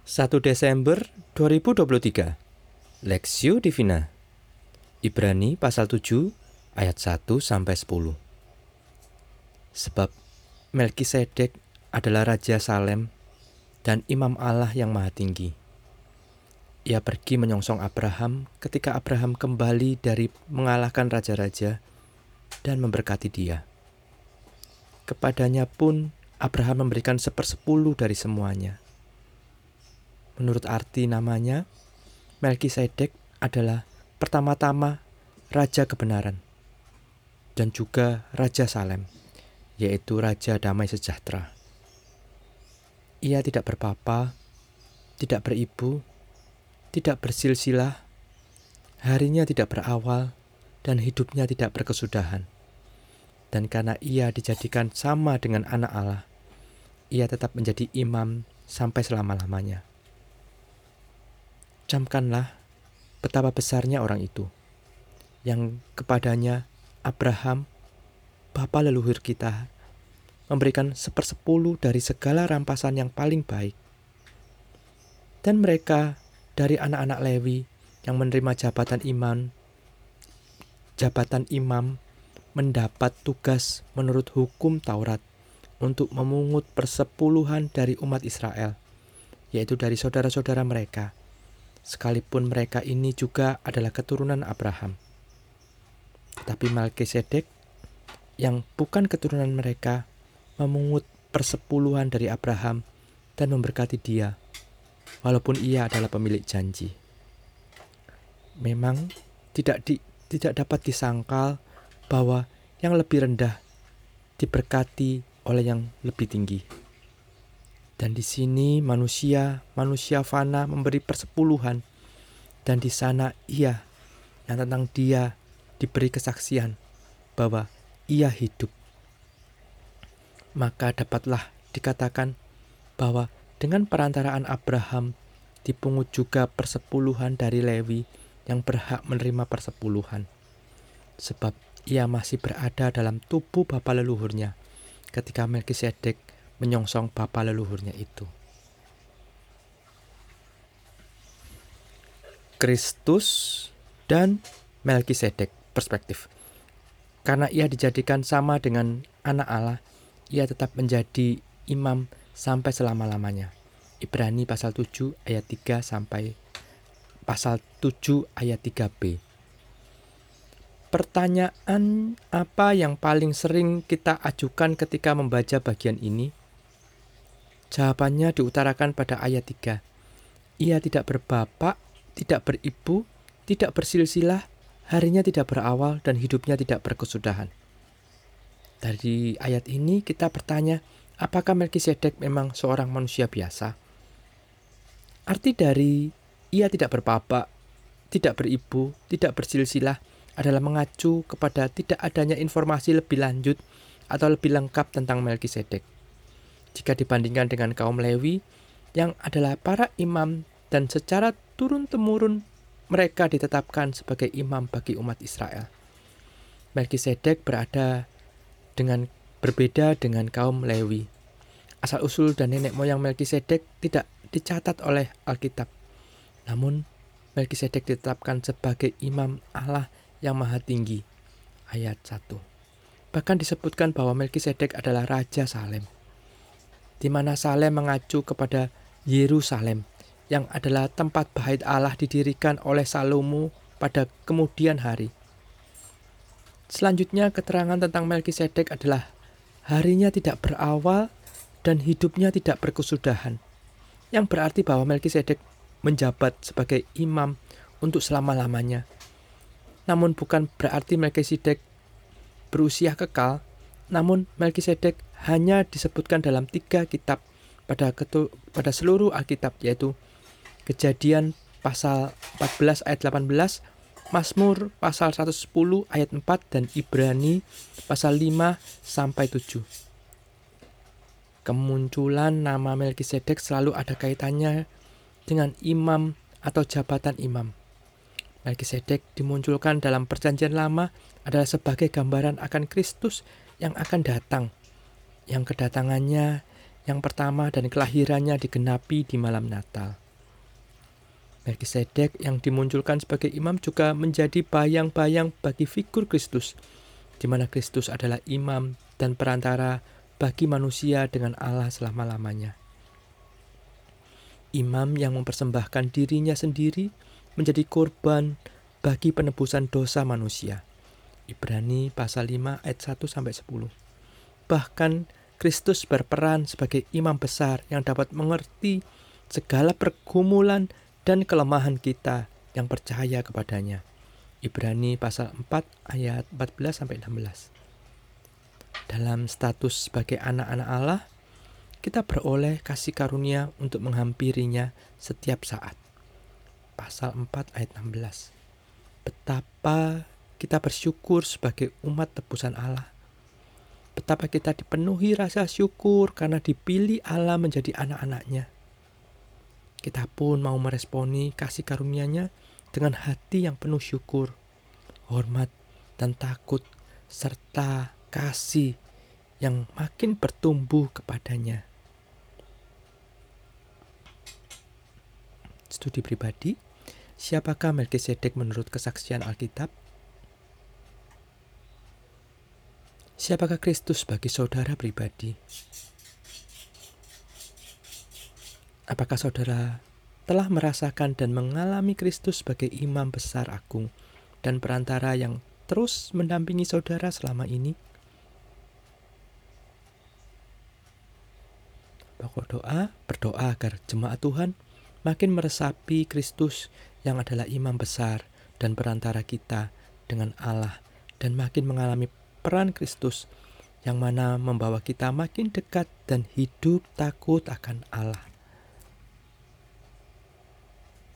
1 Desember 2023. Lexio Divina. Ibrani pasal 7 ayat 1 sampai 10. Sebab Melkisedek adalah Raja Salem dan Imam Allah yang Maha Tinggi. Ia pergi menyongsong Abraham ketika Abraham kembali dari mengalahkan raja-raja dan memberkati dia. Kepadanya pun Abraham memberikan 1/10 dari semuanya. Menurut arti namanya, Melkisedek adalah pertama-tama Raja Kebenaran dan juga Raja Salem, yaitu Raja Damai Sejahtera. Ia tidak berpapa, tidak beribu, tidak bersilsilah, harinya tidak berawal, dan hidupnya tidak berkesudahan. Dan karena ia dijadikan sama dengan anak Allah, ia tetap menjadi imam sampai selama-lamanya. Camkanlah betapa besarnya orang itu, yang kepadanya Abraham, bapa leluhur kita, memberikan 1/10 dari segala rampasan yang paling baik. Dan mereka dari anak-anak Lewi yang menerima jabatan imam mendapat tugas menurut hukum Taurat untuk memungut persepuluhan dari umat Israel, yaitu dari saudara-saudara mereka, sekalipun mereka ini juga adalah keturunan Abraham. Tetapi Melkisedek, yang bukan keturunan mereka, memungut persepuluhan dari Abraham dan memberkati dia, walaupun ia adalah pemilik janji. Memang tidak dapat disangkal bahwa yang lebih rendah diberkati oleh yang lebih tinggi. Dan di sini manusia fana memberi persepuluhan, dan di sana ia yang tentang dia diberi kesaksian bahwa ia hidup. Maka dapatlah dikatakan bahwa dengan perantaraan Abraham dipungut juga persepuluhan dari Lewi yang berhak menerima persepuluhan, sebab ia masih berada dalam tubuh bapa leluhurnya ketika Melkisedek menyongsong bapa leluhurnya itu. Kristus dan Melkisedek perspektif. Karena ia dijadikan sama dengan anak Allah, ia tetap menjadi imam sampai selama-lamanya. Ibrani pasal 7 ayat 3 sampai pasal 7 ayat 3b. Pertanyaan apa yang paling sering kita ajukan ketika membaca bagian ini? Jawabannya diutarakan pada ayat 3. Ia tidak berbapak, tidak beribu, tidak bersilsilah, harinya tidak berawal, dan hidupnya tidak berkesudahan. Dari ayat ini kita bertanya, apakah Melkisedek memang seorang manusia biasa? Arti dari ia tidak berbapak, tidak beribu, tidak bersilsilah adalah mengacu kepada tidak adanya informasi lebih lanjut atau lebih lengkap tentang Melkisedek jika dibandingkan dengan kaum Lewi yang adalah para imam, dan secara turun-temurun mereka ditetapkan sebagai imam bagi umat Israel. Melkisedek berbeda dengan kaum Lewi. Asal-usul dan nenek moyang Melkisedek tidak dicatat oleh Alkitab. Namun Melkisedek ditetapkan sebagai imam Allah yang Maha Tinggi. Ayat 1. Bahkan disebutkan bahwa Melkisedek adalah Raja Salem, di mana Salem mengacu kepada Yerusalem, yang adalah tempat bait Allah didirikan oleh Salomo pada kemudian hari. Selanjutnya keterangan tentang Melkisedek adalah harinya tidak berawal dan hidupnya tidak berkesudahan, yang berarti bahwa Melkisedek menjabat sebagai imam untuk selama-lamanya. Namun bukan berarti Melkisedek berusia kekal, namun Melkisedek hanya disebutkan dalam 3 kitab pada seluruh Alkitab, yaitu Kejadian pasal 14 ayat 18, Mazmur pasal 110 ayat 4, dan Ibrani pasal 5 sampai 7. Kemunculan nama Melkisedek selalu ada kaitannya dengan imam atau jabatan imam. Melkisedek dimunculkan dalam Perjanjian Lama adalah sebagai gambaran akan Kristus yang akan datang, yang kedatangannya yang pertama dan kelahirannya digenapi di malam Natal. Melkisedek yang dimunculkan sebagai imam juga menjadi bayang-bayang bagi figur Kristus, di mana Kristus adalah imam dan perantara bagi manusia dengan Allah selama-lamanya. Imam yang mempersembahkan dirinya sendiri menjadi korban bagi penebusan dosa manusia. Ibrani pasal 5 ayat 1-10. Bahkan Kristus berperan sebagai imam besar yang dapat mengerti segala pergumulan dan kelemahan kita yang percaya kepadanya. Ibrani pasal 4 ayat 14-16. Dalam status sebagai anak-anak Allah, kita beroleh kasih karunia untuk menghampirinya setiap saat. Pasal 4 ayat 16. Betapa kita bersyukur sebagai umat tebusan Allah. Betapa kita dipenuhi rasa syukur karena dipilih Allah menjadi anak-anaknya. Kita pun mau meresponi kasih karunia-Nya dengan hati yang penuh syukur, hormat, dan takut, serta kasih yang makin bertumbuh kepadanya. Studi pribadi, siapakah Melkisedek menurut kesaksian Alkitab? Siapakah Kristus bagi saudara pribadi? Apakah saudara telah merasakan dan mengalami Kristus sebagai imam besar agung dan perantara yang terus mendampingi saudara selama ini? Berdoa agar jemaat Tuhan makin meresapi Kristus yang adalah imam besar dan perantara kita dengan Allah, dan makin mengalami peran Kristus yang mana membawa kita makin dekat dan hidup takut akan Allah.